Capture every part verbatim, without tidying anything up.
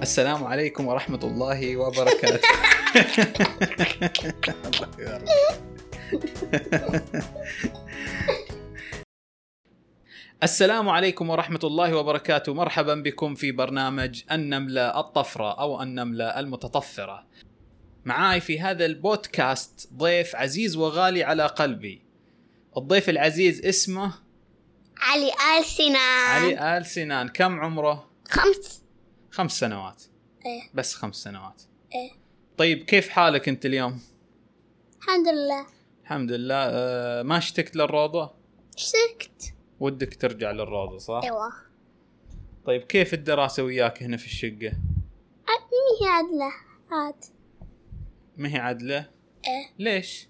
السلام عليكم ورحمة الله وبركاته. السلام عليكم ورحمة الله وبركاته. مرحبا بكم في برنامج النملة الطفرة أو النملة المتطفرة. معاي في هذا البودكاست ضيف عزيز وغالي على قلبي. الضيف العزيز اسمه علي آل سنان. علي آل سنان. كم عمره؟ خمس خمس سنوات. ايه بس خمس سنوات. ايه طيب كيف حالك انت اليوم؟ الحمد لله. الحمد لله. أه ما اشتقت للروضة؟ اشتقت. ودك ترجع للروضة صح؟ ايوه. طيب كيف الدراسة وياك هنا في الشقة؟ مي هي عدلة عاد. ما هي عدلة؟ ايه ليش؟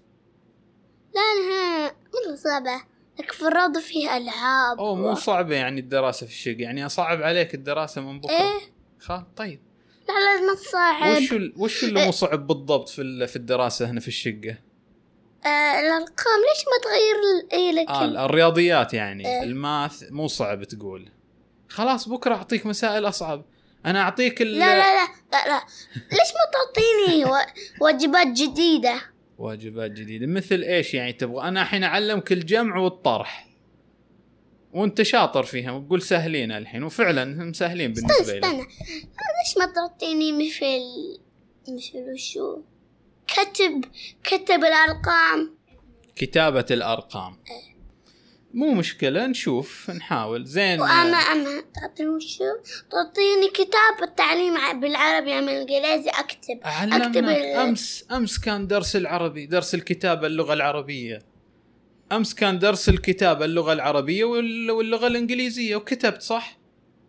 لانها مرة صعبة، لك في الروضة فيها العاب. اوه مو صعبة يعني الدراسة في الشقة، يعني اصعب عليك الدراسة من بكرة. ايه خلاص طيب. لا لازم تصعب. وش ال... وش اللي مو صعب بالضبط في ال... في الدراسة هنا في الشقة؟ آه الارقام ليش ما تغير ايه لك؟ آه الرياضيات يعني. إيه؟ الماث مو صعب تقول. خلاص بكرة اعطيك مسائل اصعب. انا اعطيك ال... لا لا لا لا لا ليش ما تعطيني و... واجبات جديدة؟ واجبات جديدة مثل ايش يعني تبغى؟ انا الحين اعلمك الجمع والطرح وانت شاطر فيها وتقول سهلين الحين، وفعلا هم سهلين بالنسبة لي. استنى ليش ما تعطيني مثل مثل وشو كتب كتب الأرقام؟ كتابة الارقام مو مشكلة، نشوف نحاول. زين. وأنا أنا تعطيني وشو تعطيني كتاب التعليم بالعربي أو بالإنجليزي أكتب أكتب ال... امس امس كان درس العربي، درس الكتابة اللغة العربية. امس كان درس الكتابة اللغة العربية واللغة الانجليزية وكتبت صح،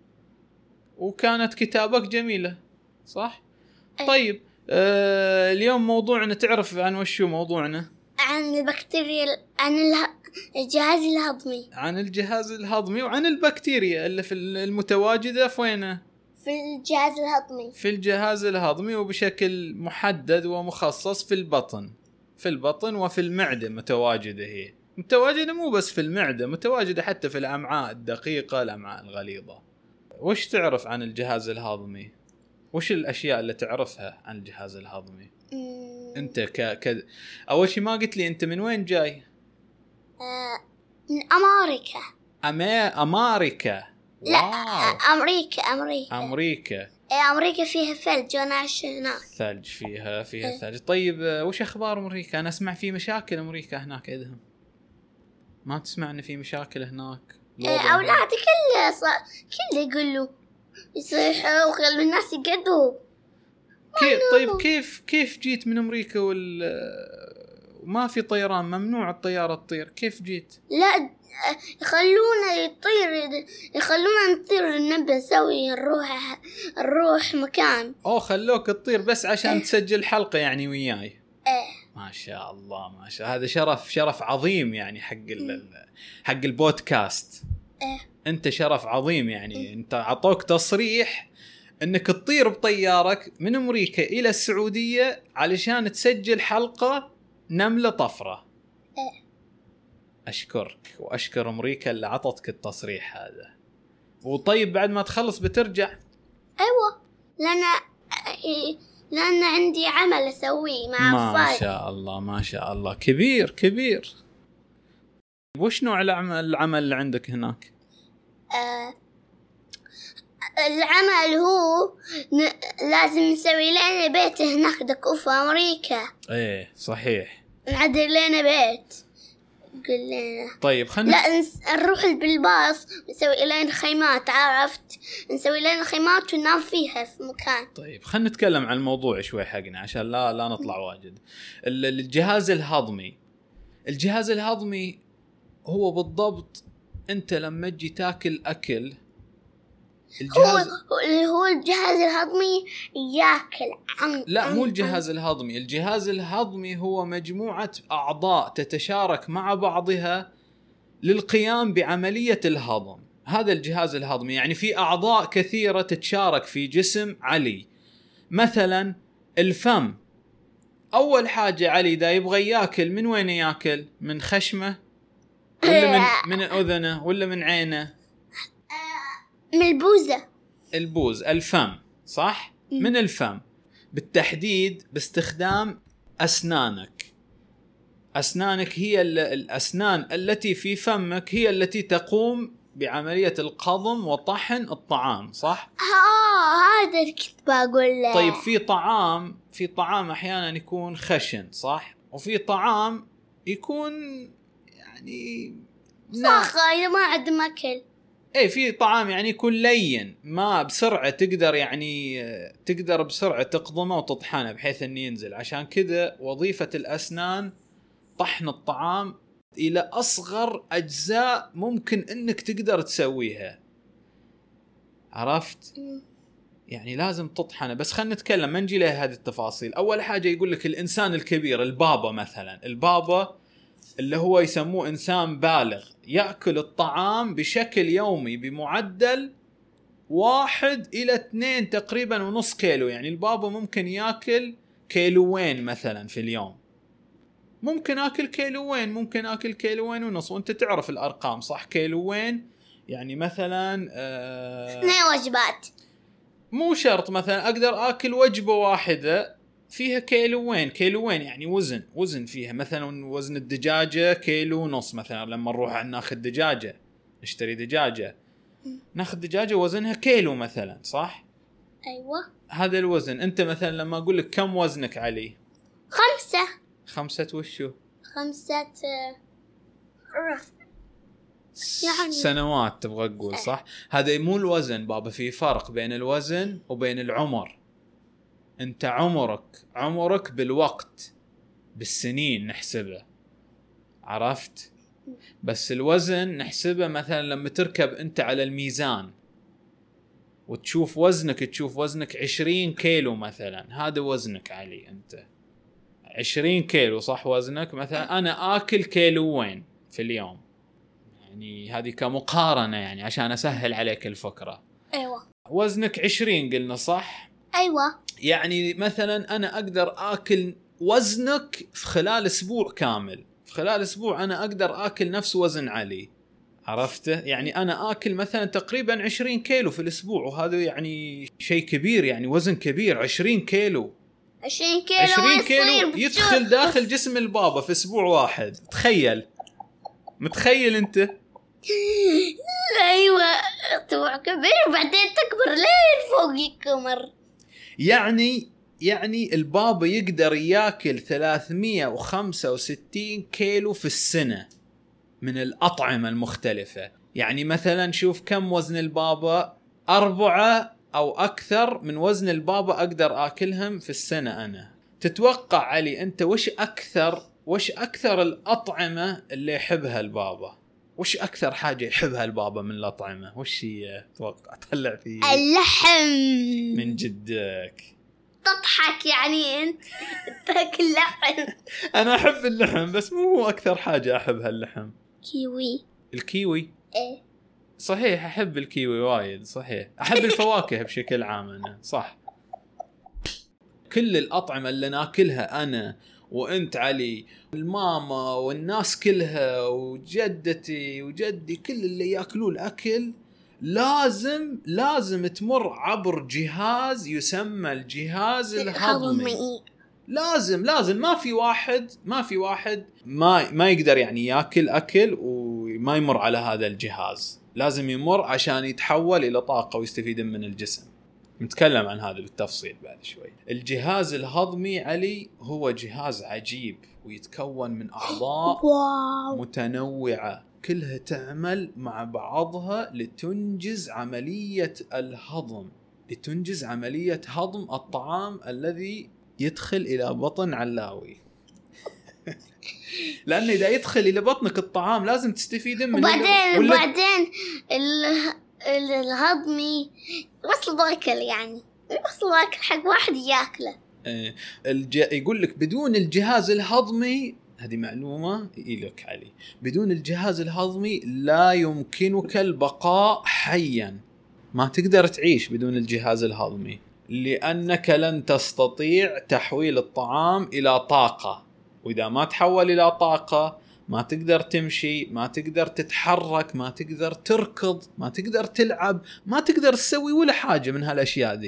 وكانت كتابك جميلة صح. أي. طيب آه اليوم موضوعنا تعرف عن وشو موضوعنا؟ عن البكتيريا، عن اله... الجهاز الهضمي. عن الجهاز الهضمي وعن البكتيريا اللي في المتواجدة في وينه؟ في الجهاز الهضمي. في الجهاز الهضمي وبشكل محدد ومخصص في البطن. في البطن وفي المعدة متواجدة. هي متواجدة مو بس في المعدة، متواجدة حتى في الأمعاء الدقيقة، الأمعاء الغليظة. وش تعرف عن الجهاز الهضمي؟ وش الأشياء اللي تعرفها عن الجهاز الهضمي؟ مم. أنت ك... ك... أول شيء ما قلت لي أنت من وين جاي؟ آه... من أمريكا. أما... أمريكا. لا واو. أمريكا أمريكا أمريكا. إيه أمريكا فيها ثلج وأنا عايش هناك. ثلج فيها فيها إيه. ثلج. طيب وش أخبار أمريكا؟ أنا أسمع في مشاكل أمريكا هناك عندهم. ما تسمع إن في مشاكل هناك؟ إيه أولادي كله ص... كله يقولوا يصيحوا وخلوا الناس يقدوا. كيف طيب كيف كيف جيت من أمريكا وال وما في طيران؟ ممنوع الطيارة تطير، كيف جيت؟ لا يخلونا يطير، يخلونا نطير نبي نسوي نروح نروح مكان. أوه خلوك تطير بس عشان إيه. تسجل حلقة يعني وياي. إيه ما شاء الله ما شاء. هذا شرف شرف عظيم يعني حق ال... حق البودكاست. إيه. أنت شرف عظيم يعني. أنت عطوك تصريح انك تطير بطيارك من امريكا الى السعوديه علشان تسجل حلقه نمله طفره. إيه. اشكرك واشكر امريكا اللي عطتك التصريح هذا. وطيب بعد ما تخلص بترجع؟ ايوه لان لان عندي عمل اسويه مع ما الفايل. شاء الله ما شاء الله كبير كبير. وش نوع العمل العمل اللي عندك هناك؟ آه العمل هو ن... لازم نسوي لنا بيت هناك دكو في أمريكا. ايه صحيح. نعدل لنا بيت. قل لنا طيب خلنا لا نس... نروح بالباص نسوي لنا خيمات، عرفت؟ نسوي لنا خيمات وننام فيها في مكان. طيب خلنا نتكلم عن الموضوع شوي حقنا عشان لا لا نطلع واجد. الجهاز الهضمي الجهاز الهضمي هو بالضبط انت لما تجي تاكل اكل الجهاز هو هو الجهاز الهضمي ياكل عن لا عن مو الجهاز عن الهضمي. الجهاز الهضمي هو مجموعة أعضاء تتشارك مع بعضها للقيام بعملية الهضم. هذا الجهاز الهضمي. يعني في أعضاء كثيرة تتشارك في جسم علي. مثلا الفم. أول حاجة علي دا يبغى ياكل من وين ياكل؟ من خشمه ولا من من أذنه ولا من عينه؟ من البوزة. البوز الفم صح؟ من الفم، بالتحديد باستخدام أسنانك. أسنانك هي الأسنان التي في فمك هي التي تقوم بعملية القضم وطحن الطعام، صح؟ آه هذا اللي كنت بقول له. طيب في طعام في طعام أحيانا يكون خشن، صح؟ وفي طعام يكون يعني صح إذا ما عد ماكل. ايه في طعام يعني يكون لين، ما بسرعة تقدر يعني تقدر بسرعة تقضمه وتطحنه بحيث انه ينزل. عشان كذا وظيفة الأسنان طحن الطعام إلى أصغر أجزاء ممكن انك تقدر تسويها، عرفت؟ يعني لازم تطحنه. بس خلنا نتكلم، ما نجي له هذه التفاصيل. أول حاجة يقول لك الإنسان الكبير، البابا مثلا، البابا اللي هو يسموه إنسان بالغ، يأكل الطعام بشكل يومي بمعدل واحد إلى اثنين تقريبا ونص كيلو. يعني البابا ممكن يأكل كيلوين مثلا في اليوم، ممكن أكل كيلوين، ممكن أكل كيلوين ونص. وأنت تعرف الأرقام صح؟ كيلوين يعني مثلا آه اثنين وجبات، مو شرط مثلا أقدر أكل وجبة واحدة فيها كيلوين. كيلوين يعني وزن وزن فيها. مثلا وزن الدجاجة كيلو ونص مثلا، لما نروح ناخذ دجاجة، نشتري دجاجة، ناخذ دجاجة وزنها كيلو مثلا، صح؟ أيوة هذا الوزن. أنت مثلا لما أقول لك كم وزنك علي؟ خمسة. خمسة وشو؟ خمسة يعني سنوات تبغى تقول، صح؟ هذا مو الوزن بابا، في فرق بين الوزن وبين العمر. انت عمرك عمرك بالوقت بالسنين نحسبه، عرفت؟ بس الوزن نحسبه مثلا لما تركب انت على الميزان وتشوف وزنك، تشوف وزنك عشرين كيلو مثلا، هذا وزنك علي انت عشرين كيلو، صح؟ وزنك مثلا انا اكل كيلوين في اليوم. يعني هذه كمقارنة يعني عشان اسهل عليك الفكرة. ايوه وزنك عشرين قلنا، صح؟ ايوه. يعني مثلا انا اقدر اكل وزنك في خلال اسبوع كامل. في خلال اسبوع انا اقدر اكل نفس وزن علي، عرفته؟ يعني انا اكل مثلا تقريبا عشرين كيلو في الاسبوع، وهذا يعني شيء كبير، يعني وزن كبير. عشرين كيلو عشرين كيلو عشرين كيلو يدخل داخل جسم البابا في اسبوع واحد. تخيل، متخيل انت؟ ايوه اسبوع كبير وبعدين تكبر لين فوق الكمر. يعني يعني البابا يقدر ياكل ثلاثمية وخمسة وستين كيلو في السنة من الأطعمة المختلفة. يعني مثلا شوف كم وزن البابا، أربعة أو أكثر من وزن البابا أقدر آكلهم في السنة أنا. تتوقع علي أنت وش أكثر وش أكثر الأطعمة اللي يحبها البابا؟ وش أكثر حاجة يحبها البابا من الأطعمة؟ وش هي؟ توقع طلع فيه. اللحم. من جدك تضحك يعني أنت تاكل لحم. أنا أحب اللحم بس مو أكثر حاجة أحبها اللحم. كيوي. الكيوي إيه صحيح، أحب الكيوي وايد، صحيح. أحب الفواكه بشكل عام أنا، صح. كل الأطعمة اللي ناكلها أنا وأنت علي، الماما والناس كلها وجدتي وجدي، كل اللي يأكلوا الأكل لازم لازم تمر عبر جهاز يسمى الجهاز الهضمي. لازم لازم ما في واحد ما في واحد ما ما يقدر يعني ياكل أكل وما يمر على هذا الجهاز. لازم يمر عشان يتحول إلى طاقة ويستفيد من الجسم. نتكلم عن هذا بالتفصيل بعد شوي. الجهاز الهضمي علي هو جهاز عجيب ويتكون من أعضاء متنوعة كلها تعمل مع بعضها لتنجز عملية الهضم، لتنجز عملية هضم الطعام الذي يدخل إلى بطن علاوي. لأن إذا يدخل إلى بطنك الطعام لازم تستفيد منه. وبعدين وبعدين الهضمي وصل ضاكل، يعني وصل ضاكل حق واحد ياكله. آه الج... يقول لك بدون الجهاز الهضمي، هذه معلومة إلك علي، بدون الجهاز الهضمي لا يمكنك البقاء حيا. ما تقدر تعيش بدون الجهاز الهضمي، لأنك لن تستطيع تحويل الطعام إلى طاقة، وإذا ما تحول إلى طاقة ما تقدر تمشي، ما تقدر تتحرك، ما تقدر تركض، ما تقدر تلعب، ما تقدر تسوي ولا حاجة من هالأشياء دي.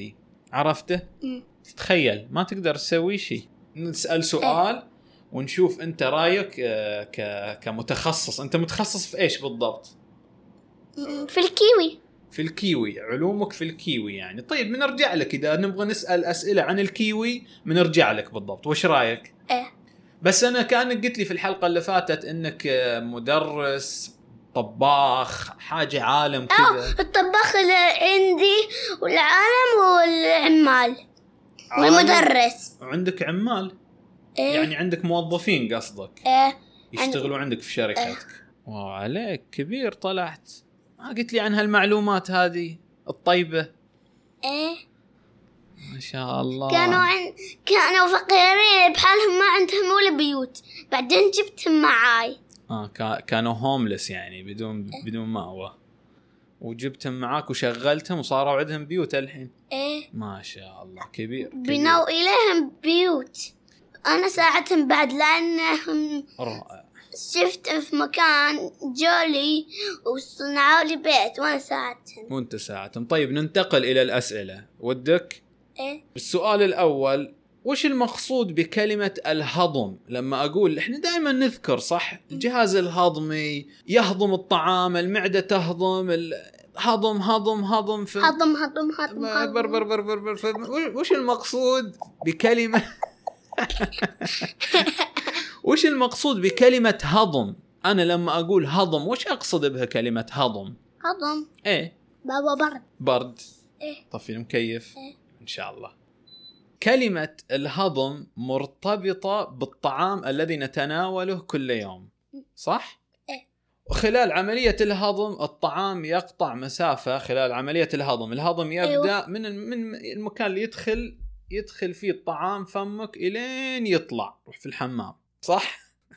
عرفته؟ مم. تخيل ما تقدر تسوي شيء. نسأل سؤال ونشوف أنت رأيك ك كمتخصص. أنت متخصص في إيش بالضبط؟ في الكيوي. في الكيوي، علومك في الكيوي يعني. طيب بنرجع لك إذا نبغى نسأل أسئلة عن الكيوي بنرجع لك بالضبط. وش رأيك؟ إيه. بس أنا كأنك قلت لي في الحلقة اللي فاتت إنك مدرس طباخ حاجة عالم كذا. الطباخ اللي عندي والعالم والعمال والمدرس. عندك عمال؟ إيه؟ يعني عندك موظفين قصدك؟ إيه؟ يشتغلوا عند... عندك في شركتك. إيه؟ واو عليك كبير طلعت. ما قلت لي عن هالمعلومات هذه الطيبة. إيه؟ ما شاء الله. كانوا عن... كانوا فقيرين بحالهم ما عندهم ولا بيوت، بعدين جبتهم معاي. آه كا... كانوا هوملس يعني بدون إيه؟ بدون مأوى، وجبتهم معاك وشغلتهم وصاروا عندهم بيوت الحين. إيه؟ ما شاء الله كبير, كبير. بنوا إليهم بيوت. أنا ساعدتهم بعد لأنهم رائع. شفت في مكان جولي وصنعوا لي بيت وأنا ساعدتهم. وأنت ساعدتهم. طيب ننتقل إلى الأسئلة. ودك؟ إيه؟ السؤال الأول، وش المقصود بكلمة الهضم؟ لما أقول إحنا دائما نذكر صح الجهاز الهضمي يهضم الطعام، المعدة تهضم، هضم هضم هضم في هضم هضم هضم هضم. بر بر بر بر بر بر. وش المقصود بكلمة وش المقصود بكلمة هضم؟ أنا لما أقول هضم وش أقصد بها كلمة هضم؟ هضم إيه بابا برد. برد. إيه؟ طفي المكيف. إيه؟ إن شاء الله. كلمة الهضم مرتبطة بالطعام الذي نتناوله كل يوم صح؟ إيه؟ وخلال عملية الهضم الطعام يقطع مسافة. خلال عملية الهضم الهضم يبدأ أيوة. من من المكان اللي يدخل يدخل فيه الطعام فمك إلين يطلع روح في الحمام صح؟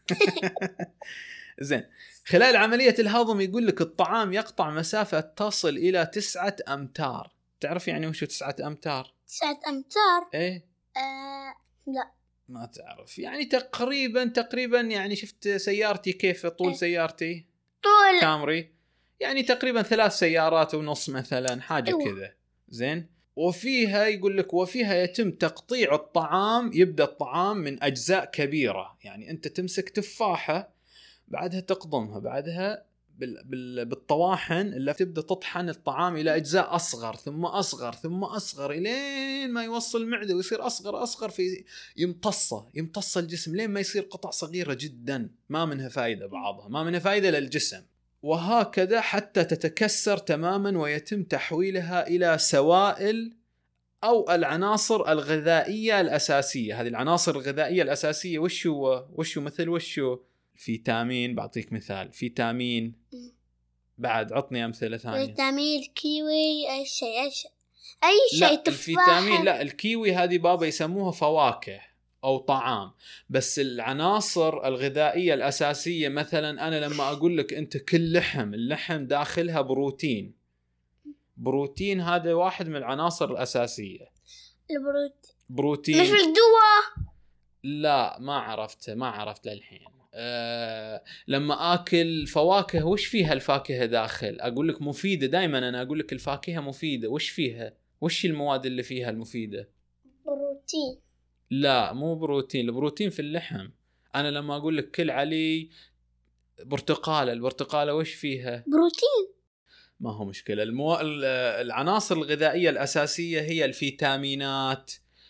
زين. خلال عملية الهضم يقول لك الطعام يقطع مسافة تصل إلى تسعة أمتار. تعرف يعني وشو تسعة أمتار؟ تسعة أمتار؟ إيه؟ آه لا ما تعرف. يعني تقريبا تقريبا يعني شفت سيارتي كيف طول إيه؟ سيارتي طول كامري يعني تقريبا ثلاث سيارات ونص مثلا حاجة أيوة. كذا. زين. وفيها يقول لك وفيها يتم تقطيع الطعام. يبدأ الطعام من أجزاء كبيرة. يعني أنت تمسك تفاحة بعدها تقضمها بعدها بال بال بالطواحن اللي تبدأ تطحن الطعام إلى أجزاء أصغر ثم أصغر ثم أصغر إلين ما يوصل المعدة ويصير أصغر أصغر في يمتصه يمتص الجسم لين ما يصير قطع صغيرة جدا ما منها فائدة بعضها ما منها فائدة للجسم. وهكذا حتى تتكسر تماما ويتم تحويلها إلى سوائل أو العناصر الغذائية الأساسية. هذه العناصر الغذائية الأساسية وشو وشو مثل وشو فيتامين. بعطيك مثال فيتامين. بعد عطني أمثلة ثانية. فيتامين كيوي أي شيء أي شيء أي شيء. لا تفاحة. الفيتامين لا الكيوي هذه بابا يسموها فواكه أو طعام. بس العناصر الغذائية الأساسية مثلا أنا لما أقول لك أنت كل لحم اللحم داخلها بروتين. بروتين هذا واحد من العناصر الأساسية. البروتين بروتين مش الدواء. لا ما عرفته ما عرفت للحين. أه لما آكل فواكه وش فيها الفاكهة داخل؟ أقول لك مفيدة. دايما أنا أقول لك الفاكهة مفيدة. وش فيها؟ وش المواد اللي فيها المفيدة؟ بروتين. لا مو بروتين. البروتين في اللحم. أنا لما أقول لك كل علي برتقالة البرتقالة وش فيها؟ بروتين. ما هو مشكلة. المو... العناصر الغذائية الأساسية هي الفيتامينات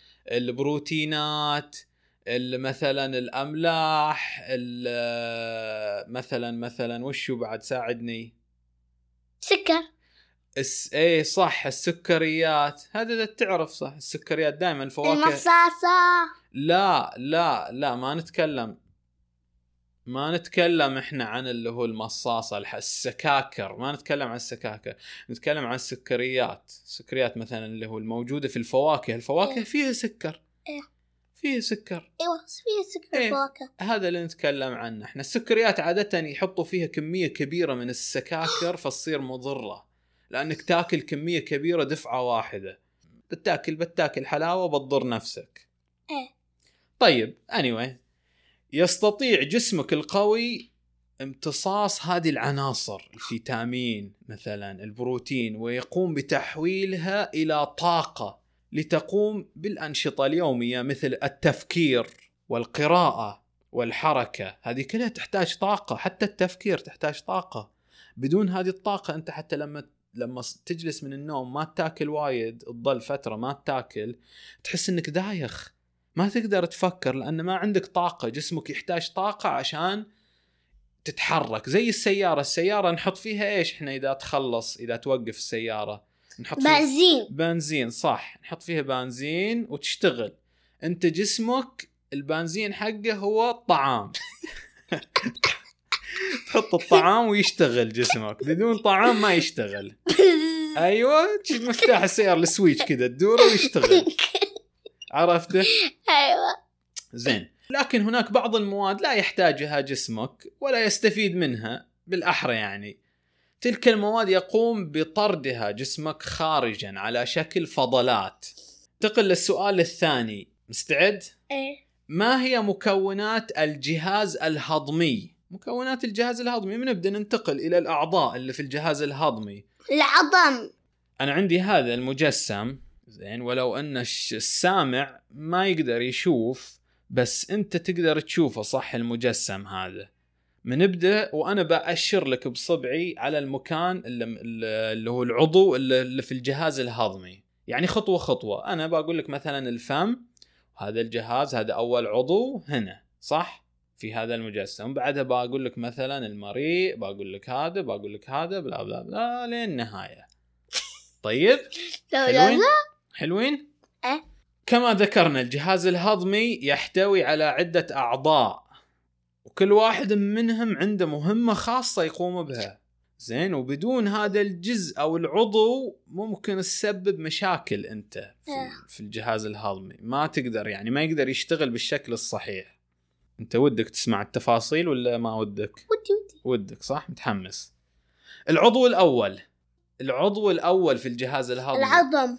البروتينات مثلا الأملاح مثلا مثلا وشو بعد ساعدني. سكر. الس... ايه صح السكريات. هذا تعرف صح السكريات دائما الفواكه. المصاصة. لا لا لا ما نتكلم ما نتكلم احنا عن اللي هو المصاصة السكاكر. ما نتكلم عن السكاكر. نتكلم عن السكريات. السكريات مثلا اللي هو الموجودة في الفواكه. الفواكه إيه؟ فيها سكر. إيه؟ فيه سكر. ايوه فيه سكر. إيه؟ فواكه. هذا اللي نتكلم عنه احنا. السكريات عادة يحطوا فيها كمية كبيرة من السكاكر فتصير مضرة لانك تاكل كمية كبيرة دفعة واحدة. بتاكل بتاكل حلاوة بتضر نفسك. ايه. طيب anyway يستطيع جسمك القوي امتصاص هذه العناصر الفيتامين مثلا البروتين ويقوم بتحويلها إلى طاقة لتقوم بالأنشطة اليومية مثل التفكير والقراءة والحركة. هذه كلها تحتاج طاقة، حتى التفكير تحتاج طاقة. بدون هذه الطاقة أنت حتى لما لما تجلس من النوم ما تاكل وايد، تضل فترة ما تاكل، تحس إنك دايخ، ما تقدر تفكر لأن ما عندك طاقة. جسمك يحتاج طاقة عشان تتحرك. زي السيارة، السيارة نحط فيها إيش إحنا إذا تخلص، إذا توقف السيارة نحط فيها بنزين. بنزين، صح، نحط فيها بنزين وتشتغل. أنت جسمك البنزين حقه هو الطعام. تحط الطعام ويشتغل جسمك، بدون طعام ما يشتغل. أيوة، مفتاح السيارة السويتش كده تدور ويشتغل. عرفته؟ أيوة. زين. لكن هناك بعض المواد لا يحتاجها جسمك ولا يستفيد منها بالأحرى، يعني تلك المواد يقوم بطردها جسمك خارجا على شكل فضلات. انتقل للسؤال الثاني، مستعد؟ إيه. ما هي مكونات الجهاز الهضمي؟ مكونات الجهاز الهضمي، بنبدأ ننتقل إلى الأعضاء اللي في الجهاز الهضمي. العظم. أنا عندي هذا المجسم، زين، ولو أن السامع ما يقدر يشوف بس أنت تقدر تشوفه، صح؟ المجسم هذا بنبدأ وأنا بأشر لك بصبعي على المكان اللي, اللي هو العضو اللي في الجهاز الهضمي، يعني خطوة خطوة. أنا بقول لك مثلا الفم، هذا الجهاز، هذا أول عضو هنا، صح؟ في هذا المجسم. بعدها بقول لك مثلا المريء، بقول لك هذا، بقول لك هذا، بلا بلا بلا لين النهاية. طيب، حلوين حلوين. أه؟ كما ذكرنا الجهاز الهضمي يحتوي على عدة أعضاء، وكل واحد منهم عنده مهمة خاصة يقوم بها، زين. وبدون هذا الجزء أو العضو ممكن تسبب مشاكل أنت في الجهاز الهضمي، ما تقدر، يعني ما يقدر يشتغل بالشكل الصحيح. أنت ودك تسمع التفاصيل ولا ما ودك؟ ودي ودي. ودك، صح؟ متحمس. العضو الأول، العضو الأول في الجهاز الهضمي، العظم.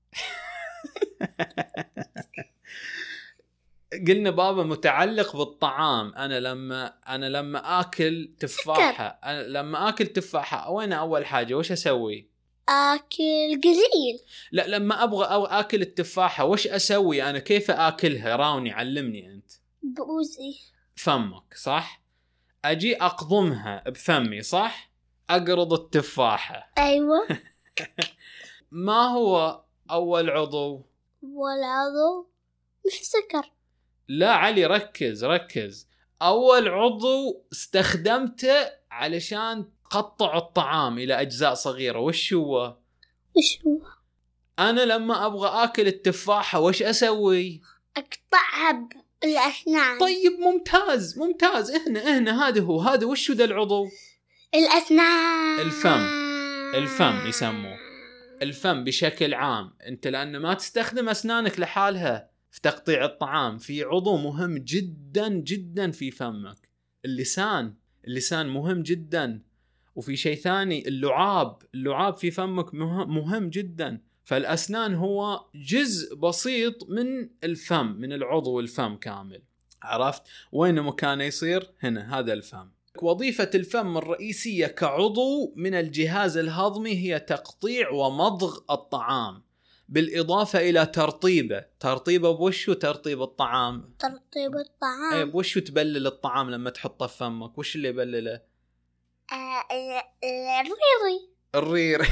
قلنا بابا متعلق بالطعام. أنا لما أنا لما آكل تفاحة، أنا لما آكل تفاحة وين أول حاجة وش أسوي؟ آكل قليل. لا، لما أبغى أو آكل التفاحة وش أسوي أنا؟ كيف آكلها؟ راوني، علمني أنت. بوزي. فمك، صح؟ أجي أقضمها بفمي، صح؟ أقرض التفاحة. أيوة. ما هو أول عضو؟ والعضو مش سكر. لا علي، ركز ركز. أول عضو استخدمته علشان تقطع الطعام إلى أجزاء صغيرة، وش هو؟ وش هو؟ أنا لما أبغى آكل التفاحة وش أسوي؟ أقطعها بالأسنان. طيب، ممتاز ممتاز. إهنا إهنا هذا هو، هذا وش ذا العضو؟ الأسنان. الفم. الفم يسموه الفم بشكل عام. أنت لأن ما تستخدم أسنانك لحالها في تقطيع الطعام، في عضو مهم جدا جدا في فمك، اللسان. اللسان مهم جدا. وفي شيء ثاني، اللعاب. اللعاب في فمك مهم جدا. فالأسنان هو جزء بسيط من الفم، من العضو الفم كامل. عرفت وين مكانه يصير؟ هنا، هذا الفم. وظيفة الفم الرئيسية كعضو من الجهاز الهضمي هي تقطيع ومضغ الطعام، بالإضافة إلى ترطيبه. ترطيبه بوشو؟ ترطيب الطعام. ترطيب الطعام. ايه، بوشو تبلل الطعام لما تحطه في فمك؟ وش اللي يبلله؟ آه الريري. الريري.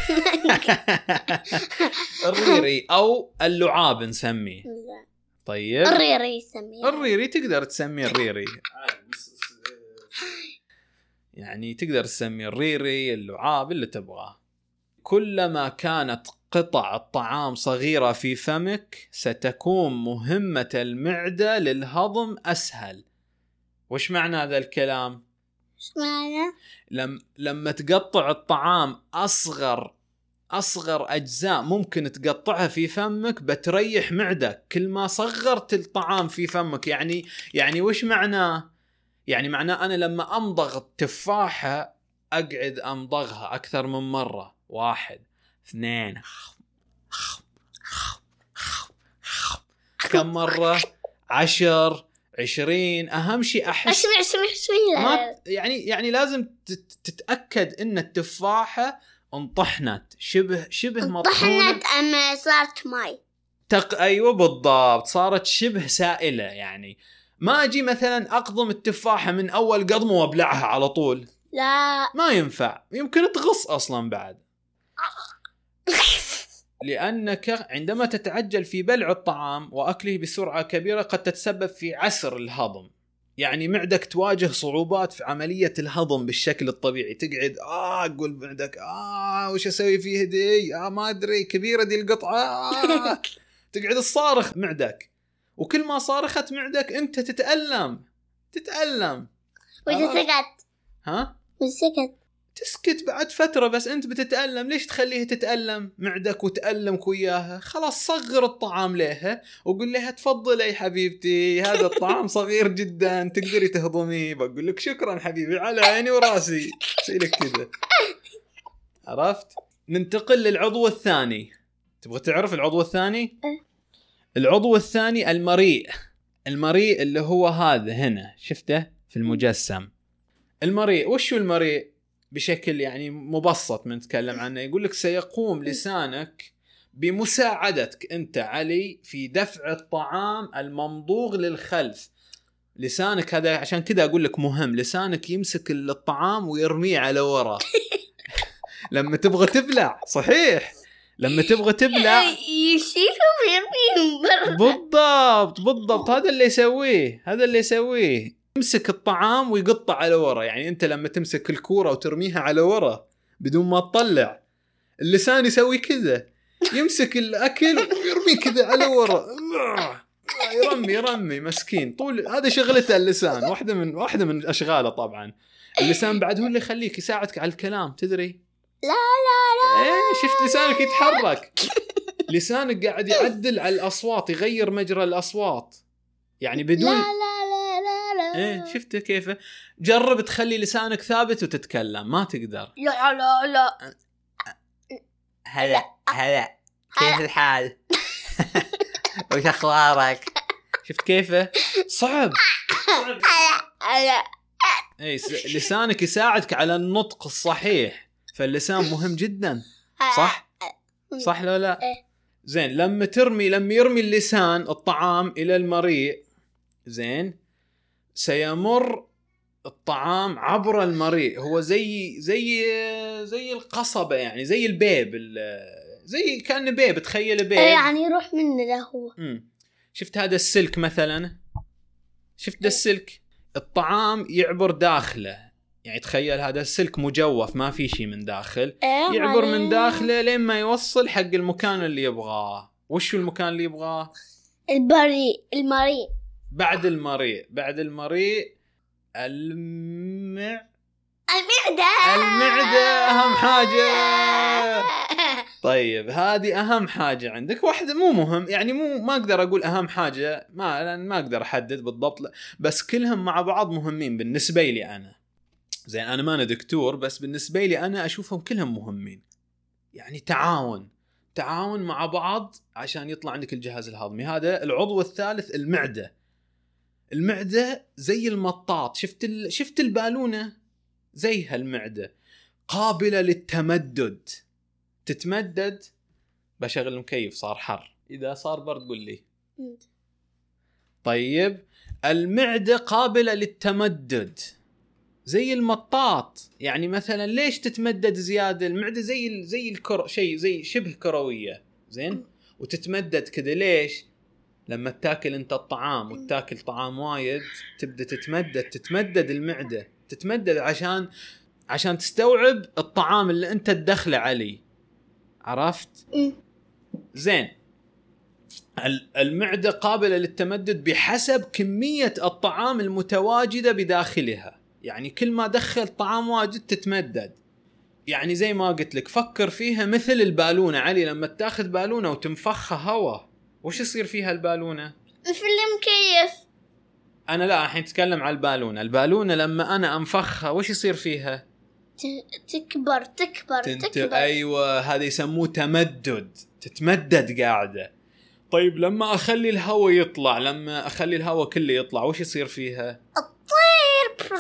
الريري أو اللعاب نسميه. طيب، الريري يسميه. الريري تقدر تسميه الريري، يعني تقدر تسميه الريري، اللعاب، اللي تبغاه. كلما كانت قطع الطعام صغيرة في فمك ستكون مهمة المعدة للهضم أسهل. وش معنى هذا الكلام؟ وش معنى؟ لم لما تقطع الطعام أصغر أصغر أجزاء ممكن تقطعها في فمك بتريح معدك. كل ما صغرت الطعام في فمك، يعني يعني وش معناه؟ يعني معناه أنا لما أمضغ التفاحة أقعد أمضغها أكثر من مرة، واحد اثنين كم مرة؟ عشر، عشرين. أهم شيء أحس اسمع اسمع اسمع ما يعني يعني لازم تتأكد إن التفاحة انطحنت شبه شبه مطحونة. انطحنت أما صارت ماي. تق... ايوه بالضبط، صارت شبه سائله. يعني ما اجي مثلا اقضم التفاحه من اول قضمه وابلعها على طول، لا ما ينفع، يمكن تغص اصلا بعد. لانك عندما تتعجل في بلع الطعام واكله بسرعه كبيره قد تتسبب في عسر الهضم. يعني معدك تواجه صعوبات في عمليه الهضم بالشكل الطبيعي، تقعد اه اقول معدك اه وش اسوي فيه دي، اه ما ادري كبيره دي القطعه، آه تقعد تصارخ معدك، وكل ما صارخت معدك انت تتألم تتألم. وتسكت. ها وتسكت تسكت بعد فترة، بس انت بتتألم. ليش تخليها تتألم معدك وتألمك وياها؟ خلاص صغر الطعام لها وقل لها تفضلي يا حبيبتي، هذا الطعام صغير جدا تقدري تهضميه. بقول لك شكرا حبيبي على عيني وراسي، سيلك كذا. عرفت؟ ننتقل للعضو الثاني. تبغى تعرف العضو الثاني؟ العضو الثاني المريء. المريء اللي هو هذا هنا، شفته في المجسم. المريء وشو المريء؟ بشكل يعني مبسط من نتكلم عنه، يقول لك سيقوم لسانك بمساعدتك أنت علي في دفع الطعام الممضوغ للخلف. لسانك هذا عشان كذا أقول لك مهم، لسانك يمسك الطعام ويرميه على وراء لما تبغى تبلع. صحيح، لما تبغى تبلع يشيله ويرميه برا. بالضبط بالضبط، هذا اللي يسويه، هذا اللي يسويه يمسك الطعام ويقطع على ورا. يعني انت لما تمسك الكورة وترميها على ورا بدون ما تطلع، اللسان يسوي كذا، يمسك الاكل ويرميه كذا على ورا، يرمي يرمي مسكين. طول هذا شغلته اللسان، واحدة من واحدة من اشغاله. طبعا اللسان بعد هو اللي يخليك يساعدك على الكلام، تدري؟ لا لا لا ايه شفت لسانك يتحرك، لسانك قاعد يعدل على الاصوات، يغير مجرى الاصوات يعني بدون لا لا لا لا لا. ايه شفت كيف؟ جرب تخلي لسانك ثابت وتتكلم، ما تقدر. لا لا لا. هلا هلا كيف الحال؟ وش اخبارك؟ شفت كيفه؟ صعب. هلا. اي لسانك يساعدك على النطق الصحيح، فاللسان مهم جدا. صح صح لا لا. زين لما ترمي لما يرمي اللسان الطعام الى المريء، زين سيمر الطعام عبر المريء. هو زي زي زي القصبة، يعني زي البيب، زي كأنه بيب، تخيل بيب يعني يروح منه له هو. مم. شفت هذا السلك مثلا، شفت ده السلك، الطعام يعبر داخله. يعني تخيل هذا السلك مجوف ما في شيء من داخل، يعبر من داخله لين ما يوصل حق المكان اللي يبغاه. وش المكان اللي يبغاه؟ البريء المريء. بعد المريء بعد المريء المع المعدة. المعدة أهم حاجة. طيب هذه أهم حاجة عندك، واحدة مو مهم يعني، مو ما أقدر أقول أهم حاجة، ما لأن ما أقدر أحدد بالضبط، بس كلهم مع بعض مهمين بالنسبة لي أنا. زين أنا ما أنا دكتور، بس بالنسبة لي أنا أشوفهم كلهم مهمين. يعني تعاون تعاون مع بعض عشان يطلع عندك الجهاز الهضمي. هذا العضو الثالث المعدة. المعدة زي المطاط، شفت ال... شفت البالونة زيها المعدة، قابلة للتمدد، تتمدد. بشغل المكيف صار حر، إذا صار برد قل لي. طيب المعدة قابلة للتمدد زي المطاط. يعني مثلا ليش تتمدد زيادة المعدة؟ زي زي الكرة، شيء زي شبه كروية، زين، وتتمدد كذا. ليش؟ لما تاكل انت الطعام وتاكل طعام وايد تبدا تتمدد تتمدد المعده تتمدد عشان عشان تستوعب الطعام اللي انت تدخله عليه. عرفت؟ زين المعده قابله للتمدد بحسب كميه الطعام المتواجده بداخلها. يعني كل ما دخل طعام واجد تتمدد. يعني زي ما قلت لك فكر فيها مثل البالونه علي، لما تاخذ بالونه وتنفخها هواء وش يصير فيها البالونة؟ مثل المكيف. أنا لا الحين أتكلم على البالونة. البالونة لما أنا أنفخها وش يصير فيها؟ تكبر تكبر تنت... تكبر. أيوة هذا يسموه تمدد، تتمدد قاعدة. طيب لما أخلي الهواء يطلع، لما أخلي الهواء كله يطلع وش يصير فيها؟ الطير.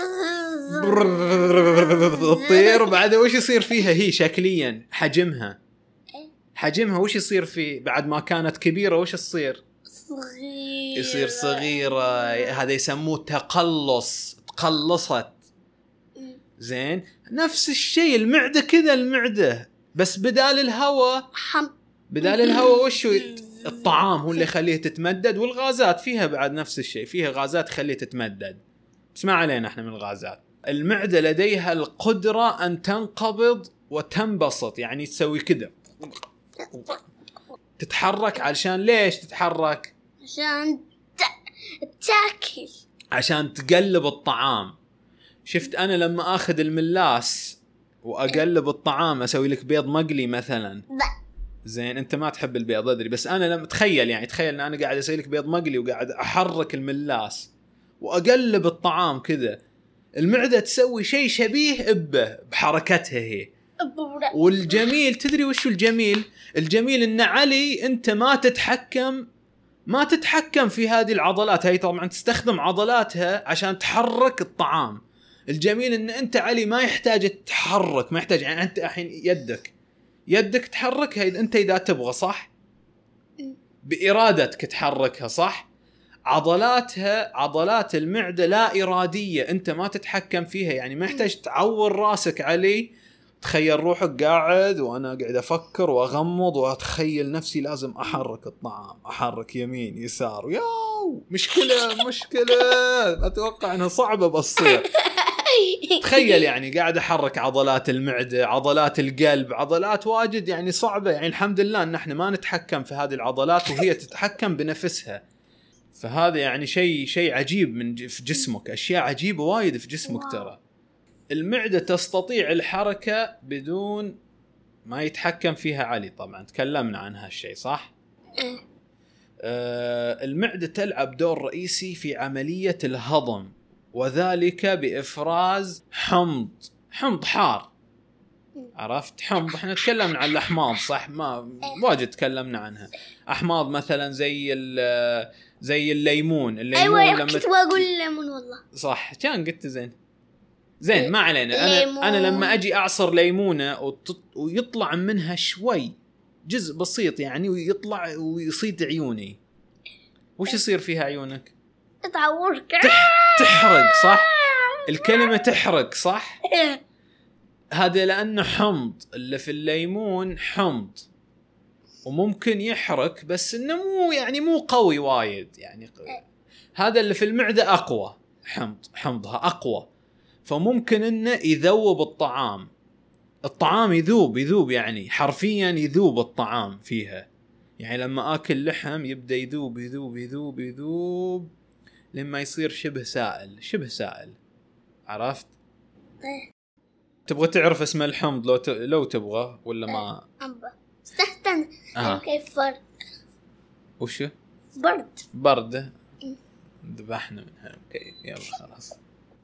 الطير بعد وش يصير فيها هي شكليا؟ حجمها حجمها وش يصير فيه بعد ما كانت كبيرة؟ وش تصير؟ صغيرة. يصير صغيرة. هذا يسموه تقلص، تقلصت. زين نفس الشيء المعدة كذا، المعدة بس بدال الهواء حم... بدال الهواء وشو؟ الطعام هو اللي يخليه تتمدد، والغازات فيها بعد نفس الشيء، فيها غازات تخليه تتمدد. بس ما علينا احنا من الغازات. المعدة لديها القدرة أن تنقبض وتنبسط، يعني تسوي كذا تتحرك. علشان ليش تتحرك؟ عشان ت... تاكل، عشان تقلب الطعام. شفت أنا لما أخذ الملاس وأقلب الطعام، أسوي لك بيض مقلي مثلا. لا. زين أنت ما تحب البيض أدري، بس أنا لما تخيل يعني تخيل أن أنا قاعد أسوي لك بيض مقلي وقاعد أحرك الملاس وأقلب الطعام كذا، المعدة تسوي شيء شبيه به بحركتها هي. والجميل تدري وشو الجميل؟ الجميل إن علي أنت ما تتحكم ما تتحكم في هذه العضلات، هي طبعا تستخدم عضلاتها عشان تحرك الطعام. الجميل إن أنت علي ما يحتاج تتحرك، ما يحتاج. يعني أنت الحين يدك يدك تحرك هي أنت إذا تبغى، صح؟ بإرادتك تحركها، صح؟ عضلاتها عضلات المعدة لا إرادية، أنت ما تتحكم فيها. يعني ما يحتاج تعور راسك علي. تخيل روحك قاعد وأنا قاعد أفكر وأغمض وأتخيل نفسي لازم أحرك الطعام، أحرك يمين يسار. ياو مشكلة مشكلة أتوقع أنها صعبة بتصير. تخيل يعني قاعد أحرك عضلات المعدة، عضلات القلب، عضلات واجد يعني صعبة. يعني الحمد لله أن احنا ما نتحكم في هذه العضلات وهي تتحكم بنفسها. فهذا يعني شيء شيء عجيب من في جسمك، أشياء عجيبة وايد في جسمك. ترى المعدة تستطيع الحركة بدون ما يتحكم فيها علي. طبعا تكلمنا عن هالشيء، صح؟ آه المعدة تلعب دور رئيسي في عملية الهضم، وذلك بإفراز حمض حمض حار. عرفت حمض؟ احنا تكلمنا عن الأحماض، صح؟ ما واجد تكلمنا عنها. أحماض مثلا زي زي الليمون. الليمون أيوة لما كنت بقول الليمون والله. صح كان قلت زين زين ما علينا. أنا أنا لما أجي أعصر ليمونة وتط... ويطلع منها شوي جزء بسيط يعني، ويطلع ويصيد عيوني، وش يصير فيها عيونك؟ تعورك. تح... تحرق، صح؟ الكلمة تحرق، صح؟ هذا لأنه حمض اللي في الليمون حمض، وممكن يحرق بس إنه مو يعني مو قوي وايد يعني. هذا اللي في المعدة أقوى، حمض حمضها أقوى، فممكن إنه يذوب الطعام. الطعام يذوب يذوب يعني حرفيا يذوب الطعام فيها. يعني لما آكل لحم يبدأ يذوب يذوب يذوب يذوب لما يصير شبه سائل شبه سائل. عرفت؟ تبغى تعرف اسم الحمض لو ت... لو تبغى ولا ما؟ استهتن. آه. كيف برد؟ وشو؟ برد. برد. ذبحنا منها. كيف يلا خلاص.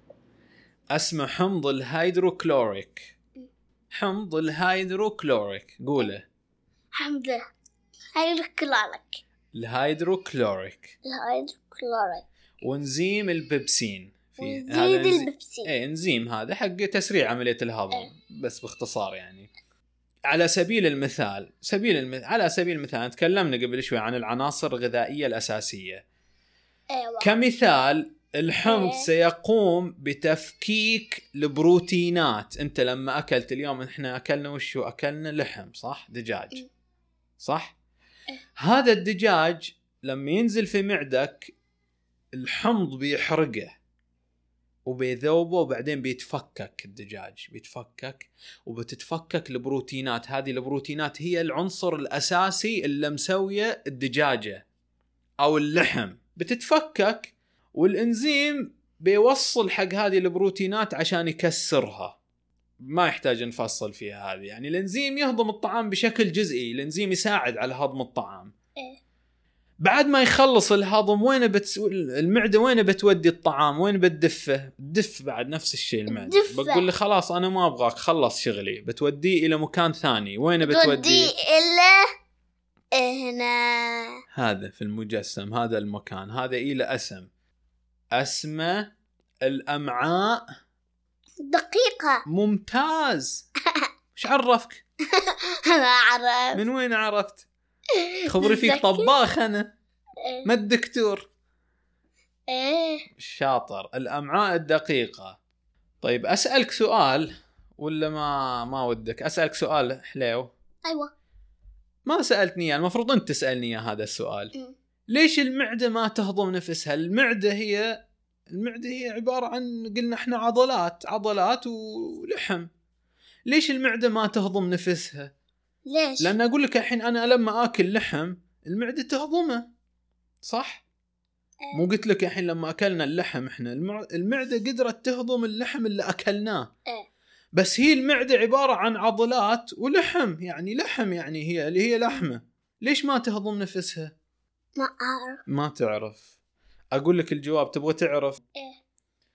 اسمه حمض الهيدروكلوريك. حمض الهيدروكلوريك. قوله. حمض الهيدروكلوريك. الهيدروكلوريك. الهيدروكلوريك. وانزيم البيبسين. في هذا البيبسين. ايه انزيم هذا حق تسريع عملية الهضم. ايه. بس باختصار يعني. على سبيل المثال سبيل المثال على سبيل المثال تكلمنا قبل شوي عن العناصر الغذائية الأساسية. أيوة. كمثال الحمض أيه. سيقوم بتفكيك البروتينات. انت لما اكلت اليوم احنا اكلنا وشو؟ اكلنا لحم، صح؟ دجاج، صح؟ أيه. هذا الدجاج لما ينزل في معدك الحمض بيحرقه وبيذوبه، وبعدين بيتفكك الدجاج بيتفكك وبتتفكك البروتينات. هذه البروتينات هي العنصر الأساسي اللي مسوية الدجاجة أو اللحم. بتتفكك والإنزيم بيوصل حق هذه البروتينات عشان يكسرها. ما يحتاج نفصل فيها هذه. يعني الإنزيم يهضم الطعام بشكل جزئي. الإنزيم يساعد على هضم الطعام. بعد ما يخلص الهضم وين بتس... المعدة وين بتودي الطعام؟ وين بتدفه؟ دف بعد نفس الشيء المعدة. بقول لي خلاص أنا ما أبغاك، خلص شغلي. بتوديه إلى مكان ثاني. وين بتوديه؟ إلى هنا. هذا في المجسم هذا المكان هذا إلى اسم اسمه الأمعاء. دقيقة. ممتاز. إيش عرفك؟ أنا أعرف. من وين عرفت؟ خبري فيك طباخ أنا ما الدكتور. إيه شاطر. الأمعاء الدقيقة. طيب أسألك سؤال ولا ما ما ودك أسألك سؤال حليو؟ أيوة. ما سألتني المفروض أنت تسألني هذا السؤال. م. ليش المعدة ما تهضم نفسها؟ المعدة هي المعدة هي عبارة عن قلنا احنا عضلات عضلات ولحم. ليش المعدة ما تهضم نفسها؟ ليش؟ لأن أقول لك الحين أنا لما أكل لحم المعدة تهضمه صح؟ أه. مو قلت لك الحين لما أكلنا اللحم إحنا المعدة قدرت تهضم اللحم اللي أكلناه. أه. بس هي المعدة عبارة عن عضلات ولحم يعني لحم يعني هي اللي هي لحمة. ليش ما تهضم نفسها؟ ما أعرف. ما تعرف. أقول لك الجواب تبغى تعرف. أه.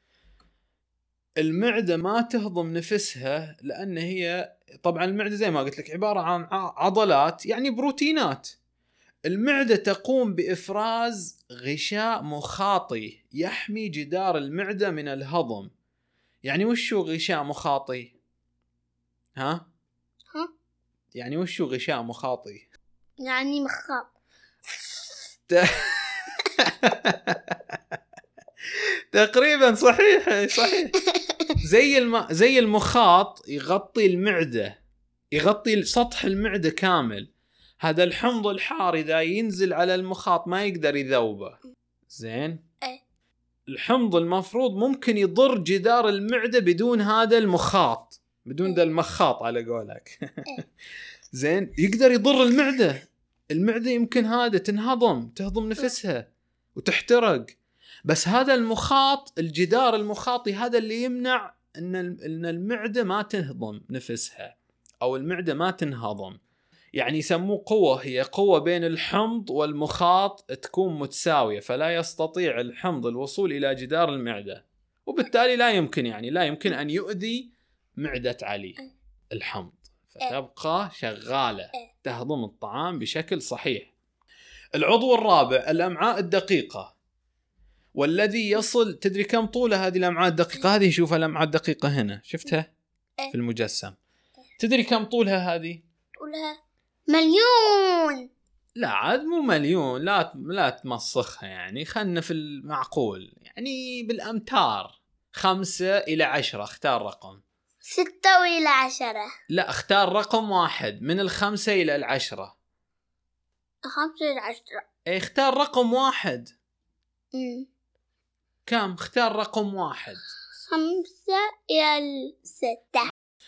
المعدة ما تهضم نفسها لأن هي طبعا المعدة زي ما قلت لك عبارة عن عضلات يعني بروتينات. المعدة تقوم بإفراز غشاء مخاطي يحمي جدار المعدة من الهضم. يعني وشو غشاء مخاطي؟ ها؟ ها؟ يعني وشو غشاء مخاطي؟ يعني مخاط. تقريبا صحيح صحيح. زي الم... زي المخاط يغطي المعدة يغطي سطح المعدة كامل. هذا الحمض الحار إذا ينزل على المخاط ما يقدر يذوبه. زين؟ أه. الحمض المفروض ممكن يضر جدار المعدة بدون هذا المخاط بدون ذا المخاط على قولك. أه. زين يقدر يضر المعدة. المعدة يمكن هذا تنهضم تهضم نفسها وتحترق. بس هذا المخاط الجدار المخاطي هذا اللي يمنع ان ان المعدة ما تهضم نفسها او المعدة ما تنهضم. يعني يسموه قوة. هي قوة بين الحمض والمخاط تكون متساوية فلا يستطيع الحمض الوصول إلى جدار المعدة وبالتالي لا يمكن يعني لا يمكن أن يؤذي معدة علي الحمض فتبقى شغالة تهضم الطعام بشكل صحيح. العضو الرابع الأمعاء الدقيقة والذي يصل تدري كم طولها هذه الأمعاء الدقيقة؟ هذه شوف الأمعاء الدقيقة هنا شفتها في المجسم. تدري كم طولها هذه؟ طولها مليون. لا عاد مو مليون لا لا تمسخها يعني خلنا في المعقول يعني بالأمتار. خمسة إلى عشرة اختار رقم. ستة إلى عشرة. لا اختار رقم واحد من الخمسة إلى العشرة. خمسة إلى عشرة. اي اختار رقم واحد. مم. كم؟ اختار رقم واحد. خمسة إلى ستة.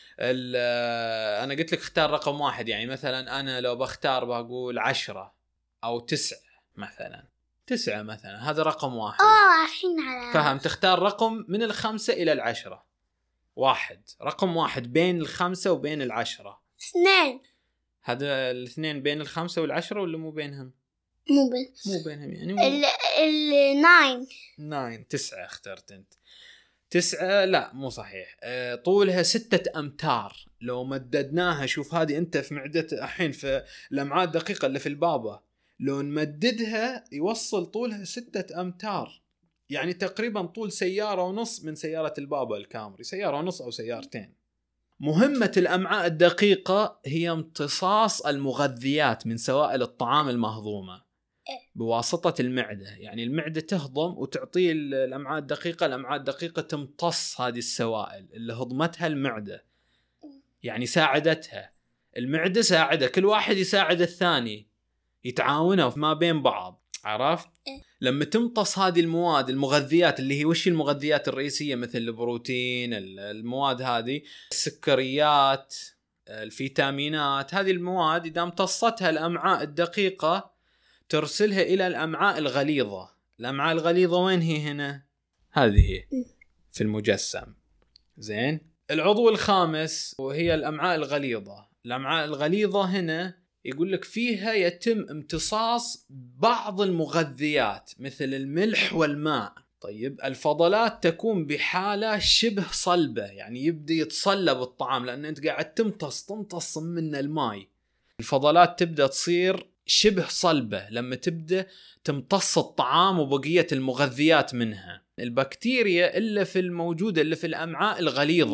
أنا قلت لك اختار رقم واحد يعني مثلا أنا لو بختار بقول عشرة أو تسعة مثلا تسعة مثلا هذا رقم واحد. آه الحين على فهم تختار رقم من الخمسة إلى العشرة. واحد رقم واحد بين الخمسة وبين العشرة. اثنين. هذا الاثنين بين الخمسة والعشرة ولا مو بينهم؟ مو بين مو بينهم يعني مو... ال ال ناين. ناين تسعة اخترت أنت. تسعة لا مو صحيح. أه طولها ستة أمتار. لو مددناها شوف هذه أنت في معدة الحين في الأمعاء الدقيقة اللي في البابا لو نمددها يوصل طولها ستة أمتار يعني تقريبا طول سيارة ونص من سيارة البابا الكامري سيارة ونص أو سيارتين. مهمة الأمعاء الدقيقة هي امتصاص المغذيات من سوائل الطعام المهضومة بواسطة المعدة. يعني المعدة تهضم وتعطي الأمعاء الدقيقة الأمعاء الدقيقة تمتص هذه السوائل اللي هضمتها المعدة يعني ساعدتها. المعدة ساعدة كل واحد يساعد الثاني يتعاونوا ما بين بعض. عرفت؟ لما تمتص هذه المواد المغذيات اللي هي وش المغذيات الرئيسية مثل البروتين المواد هذه السكريات الفيتامينات هذه المواد إذا امتصتها الأمعاء الدقيقة ترسلها إلى الأمعاء الغليظة. الأمعاء الغليظة وين هي هنا؟ هذه هي في المجسم. زين. العضو الخامس وهي الأمعاء الغليظة. الأمعاء الغليظة هنا يقول لك فيها يتم امتصاص بعض المغذيات مثل الملح والماء. طيب الفضلات تكون بحالة شبه صلبة يعني يبدأ يتصلب الطعام لأن أنت قاعد تمتص تمتص من الماء. الفضلات تبدأ تصير شبه صلبة لما تبدأ تمتص الطعام وبقية المغذيات منها. البكتيريا اللي في الموجودة اللي في الأمعاء الغليظة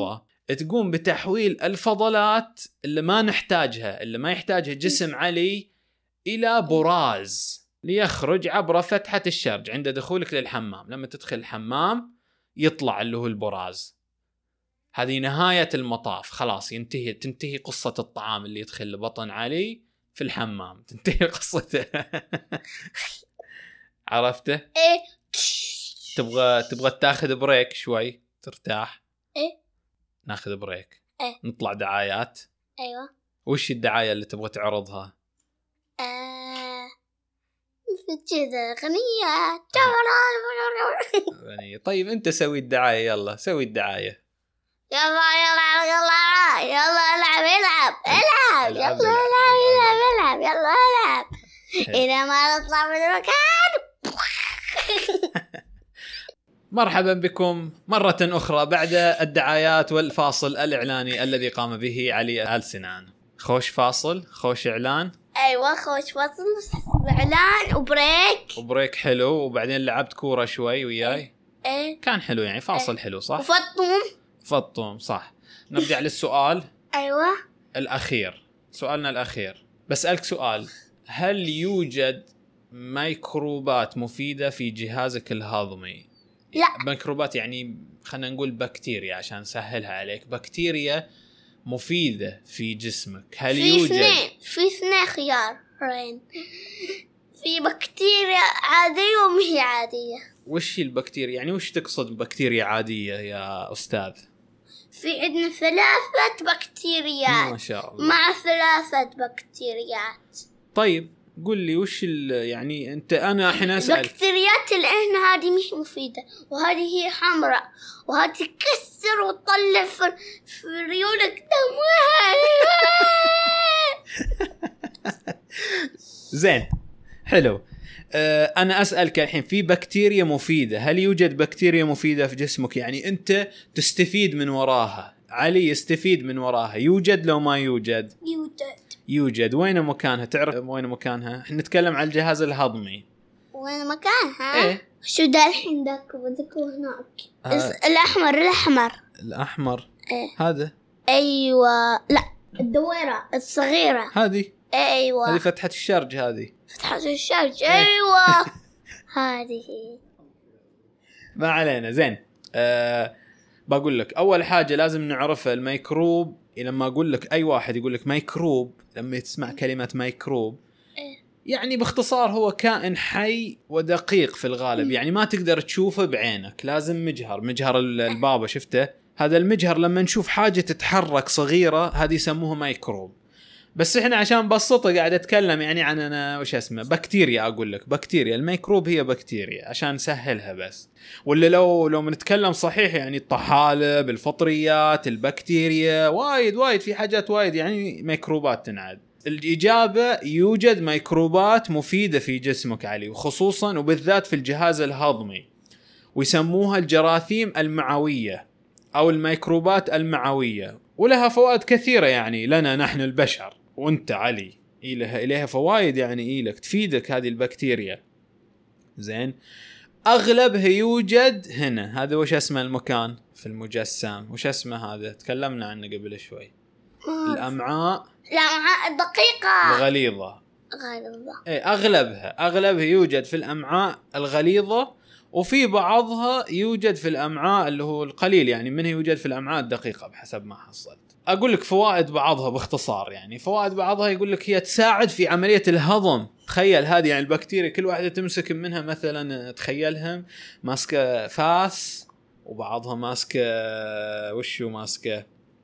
تقوم بتحويل الفضلات اللي ما نحتاجها، اللي ما يحتاجها جسم علي، إلى براز ليخرج عبر فتحة الشرج عند دخولك للحمام. لما تدخل الحمام يطلع اللي هو البراز. هذه نهاية المطاف، خلاص ينتهي تنتهي قصة الطعام اللي يدخل لبطن علي في الحمام، تنتهي قصته. عرفته؟ ايه. تبغى تبغى تاخذ بريك شوي ترتاح؟ ايه ناخذ بريك. ايه نطلع دعايات. ايوه. وش الدعاية اللي تبغى تعرضها؟ آه... في كذا غنية. غنية. طيب انت سوي الدعاية، يلا سوي الدعاية. يلا يلا يلا يلا العب العب العب يلا العب العب العب يلا العب إذا ما نطلع من المكان. مرحبا بكم مرة أخرى بعد الدعايات والفاصل الإعلاني الذي قام به علي آل سنان. خوش فاصل، خوش إعلان. أيوة خوش فاصل إعلان وبريك وبريك حلو، وبعدين لعبت كورة شوي وياي. إيه كان حلو يعني، فاصل إيه. حلو صح؟ وفطوم فطوم صح. نرجع للسؤال أيوة الأخير، سؤالنا الأخير. بسألك سؤال: هل يوجد ميكروبات مفيدة في جهازك الهضمي؟ لا. ميكروبات يعني خلينا نقول بكتيريا عشان نسهلها عليك، بكتيريا مفيدة في جسمك. هل في يوجد اثنين في اثنين خيارين، في بكتيريا عادية ومش عادية. وش هي البكتيريا؟ يعني وش تقصد بكتيريا عادية يا أستاذ؟ في عندنا ثلاثة بكتيريات ما شاء الله. مع ثلاثة بكتيريات. طيب قل لي وش يعني انت، انا الحين اسال. البكتيريات اللي هنا هذه مش مفيده، وهذه هي حمراء، وهذه تكسر وتطلع في, في ريولك دم. زين حلو. أه انا اسالك الحين، في بكتيريا مفيده، هل يوجد بكتيريا مفيده في جسمك يعني انت تستفيد من وراها؟ علي يستفيد من وراها، يوجد لو ما يوجد؟ يوجد. يوجد. وين مكانها؟ تعرف وين مكانها؟ احنا نتكلم عن الجهاز الهضمي. وين مكانها؟ ايه شو ده الحين ذاك وذاك هناك؟ آه. الأحمر الأحمر الأحمر ايه. هذا أيوة. لا الدويرة الصغيرة هذه. أيوة هذه فتحة الشرج، هذه فتحة الشرج. أيوة. هذه ما علينا. زين أه بقول لك أول حاجة لازم نعرفها الميكروب. لما أقول لك أي واحد يقول لك ميكروب، لما تسمع كلمة ميكروب يعني باختصار هو كائن حي ودقيق في الغالب، يعني ما تقدر تشوفه بعينك، لازم مجهر. مجهر البابا شفته؟ هذا المجهر لما نشوف حاجة تتحرك صغيرة هذه يسموها ميكروب. بس احنا عشان بسطه قاعد اتكلم يعني عن انا وش اسمه بكتيريا. اقول لك بكتيريا، الميكروب هي بكتيريا عشان نسهلها بس. ولا لو لو بنتكلم صحيح يعني الطحالب، الفطريات، البكتيريا، وايد وايد في حاجات وايد يعني ميكروبات تنعد. الإجابة يوجد ميكروبات مفيدة في جسمك علي، وخصوصا وبالذات في الجهاز الهضمي، ويسموها الجراثيم المعوية أو الميكروبات المعوية، ولها فوائد كثيرة يعني لنا نحن البشر. وانت علي إليها إليها فوائد يعني إلك تفيدك هذه البكتيريا. زين أغلبها يوجد هنا. هذا وش اسمه المكان في المجسم؟ وش اسمه هذا؟ تكلمنا عنه قبل شوي. الأمعاء الأمعاء الدقيقة الغليظة. غليظة. إيه أغلبها أغلبها يوجد في الأمعاء الغليظة، وفي بعضها يوجد في الأمعاء اللي هو القليل يعني منها يوجد في الأمعاء الدقيقة بحسب ما حصلت. أقول لك فوائد بعضها باختصار. يعني فوائد بعضها يقول لك هي تساعد في عملية الهضم. تخيل هذه يعني البكتيريا كل واحدة تمسك منها مثلا، تخيلهم ماسكة فاس، وبعضها ماسكة وشو ماسكة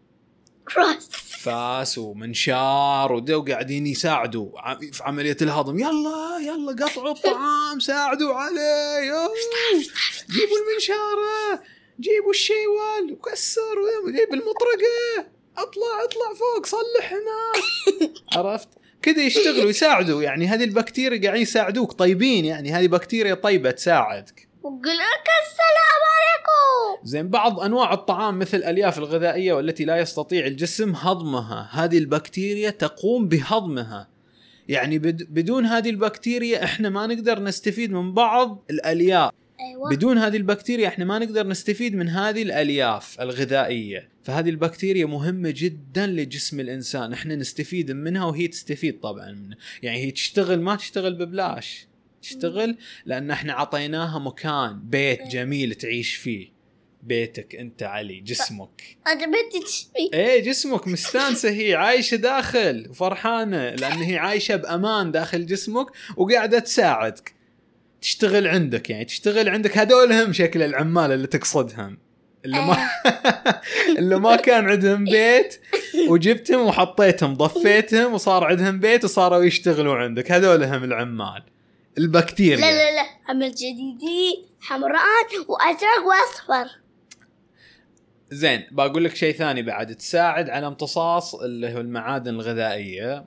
راس فاس ومنشار ودو قاعدين يساعدوا في عملية الهضم. يلا يلا قطعوا الطعام، ساعدوا عليه، جيبوا المنشارة، جيبوا الشيوال وكسروا، جيب المطرقة، اطلع اطلع فوق صلح هنا. عرفت كده يشتغلوا يساعدوا. يعني هذه البكتيريا قاعدين يساعدوك، طيبين يعني، هذه بكتيريا طيبة تساعدك. وقل لك السلام عليكم. زين بعض أنواع الطعام مثل الألياف الغذائية والتي لا يستطيع الجسم هضمها، هذه البكتيريا تقوم بهضمها. يعني بدون هذه البكتيريا إحنا ما نقدر نستفيد من بعض الألياف. أيوة. بدون هذه البكتيريا احنا ما نقدر نستفيد من هذه الألياف الغذائية. فهذه البكتيريا مهمة جدا لجسم الإنسان، احنا نستفيد منها وهي تستفيد طبعا منها. يعني هي تشتغل، ما تشتغل ببلاش، تشتغل لأن احنا عطيناها مكان، بيت جميل تعيش فيه. بيتك انت علي، جسمك هذا بيتي تشبي ايه، جسمك مستانسة، هي عايشة داخل وفرحانة لأن هي عايشة بأمان داخل جسمك وقاعدة تساعدك تشتغل عندك. يعني تشتغل عندك. هدول هم شكل العمال اللي تقصدهم، اللي ما اللي ما كان عندهم بيت وجبتهم وحطيتهم ضفيتهم وصار عندهم بيت وصاروا يشتغلوا عندك. هدول هم العمال البكتيريا. لا لا لا عمل جديدي حمراء وأزرق وأصفر. زين، بقول لك شيء ثاني بعد تساعد على امتصاص اللي هو المعادن الغذائية.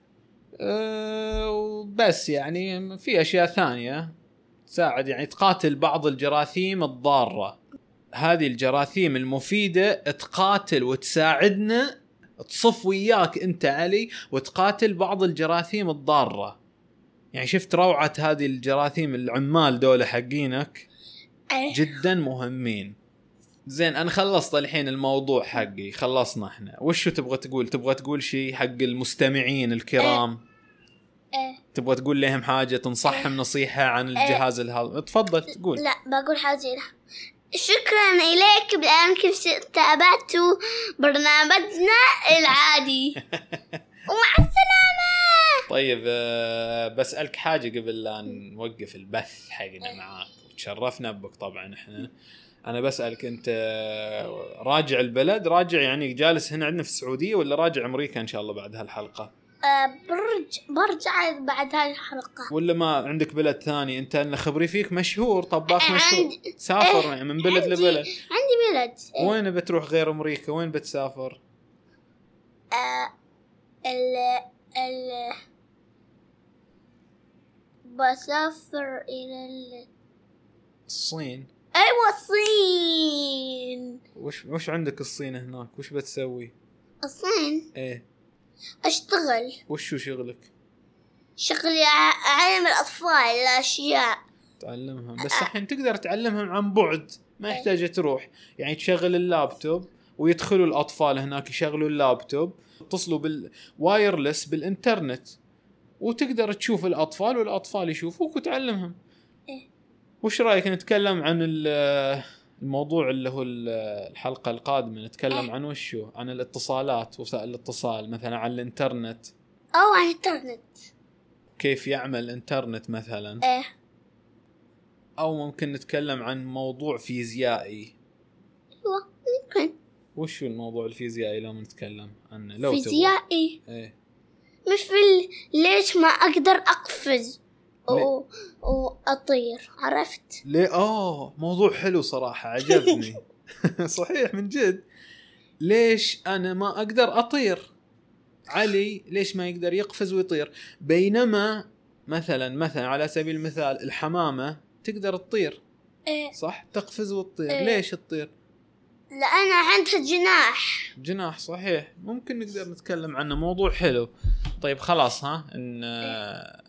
أه وبس يعني في أشياء ثانية تساعد، يعني تقاتل بعض الجراثيم الضارة. هذه الجراثيم المفيدة تقاتل وتساعدنا، تصف وياك انت علي وتقاتل بعض الجراثيم الضارة. يعني شفت روعة هذه الجراثيم، العمال دول حقينك جدا مهمين. زين أنا خلصت الحين الموضوع حقي، خلصنا احنا. وشو تبغى تقول؟ تبغى تقول شيء حق المستمعين الكرام؟ ايه تبغى تقول لهم حاجة، تنصحهم نصيحة عن الجهاز الهضمي؟ تفضل تقول. لا بقول حاجة لها. شكرا إليك بأنك تابعتوا برنامجنا العادي ومع السلامة. طيب أه بسألك حاجة قبل لا نوقف البث حقنا معاك، وتشرفنا بك طبعا احنا. أنا بسألك أنت راجع البلد، راجع يعني جالس هنا عندنا في السعودية، ولا راجع أمريكا إن شاء الله بعد هالحلقة؟ أه برج برجع بعد هاي الحلقة. ولا ما عندك بلد ثاني؟ أنت أنا خبري فيك مشهور، طباخ مشهور، عند... تسافر اه من بلد عندي... لبلد. عندي بلد. اه وين بتروح غير أمريكا؟ وين بتسافر؟ أه ال ال بسافر إلى ال... الصين. أيوة الصين. وش وش عندك الصين هناك؟ وش بتسوي؟ الصين إيه أشتغل. وش شو شغلك؟ شغلي أعلم الأطفال الأشياء، تعلمهم. بس الحين تقدر تعلمهم عن بعد، ما يحتاج تروح. يعني تشغل اللابتوب ويدخلوا الأطفال هناك يشغلوا اللابتوب، يتصلوا بالوايرلس بالإنترنت، وتقدر تشوف الأطفال والأطفال يشوفوك وتعلمهم. إيه. وش رأيك نتكلم عن الموضوع اللي هو الحلقة القادمة؟ نتكلم إيه. عن وشو؟ عن الاتصالات، وسائل الاتصال مثلا، عن الإنترنت، أو عن الإنترنت، كيف يعمل الإنترنت مثلا. إيه. أو ممكن نتكلم عن موضوع فيزيائي. أيوة ممكن. وشو الموضوع الفيزيائي لو نتكلم عنه؟ لو فيزيائي ايه مثل ليش ما أقدر أقفز و... وأطير، عرفت؟ ليه؟ آه موضوع حلو صراحة، عجبني. صحيح من جد. ليش أنا ما أقدر أطير؟ علي ليش ما يقدر يقفز ويطير؟ بينما مثلا مثلا على سبيل المثال الحمامة تقدر تطير، إيه. صح؟ تقفز وتطير. إيه. ليش تطير؟ لأن عندها جناح. جناح، صحيح. ممكن نقدر نتكلم عنه، موضوع حلو. طيب خلاص، ها إن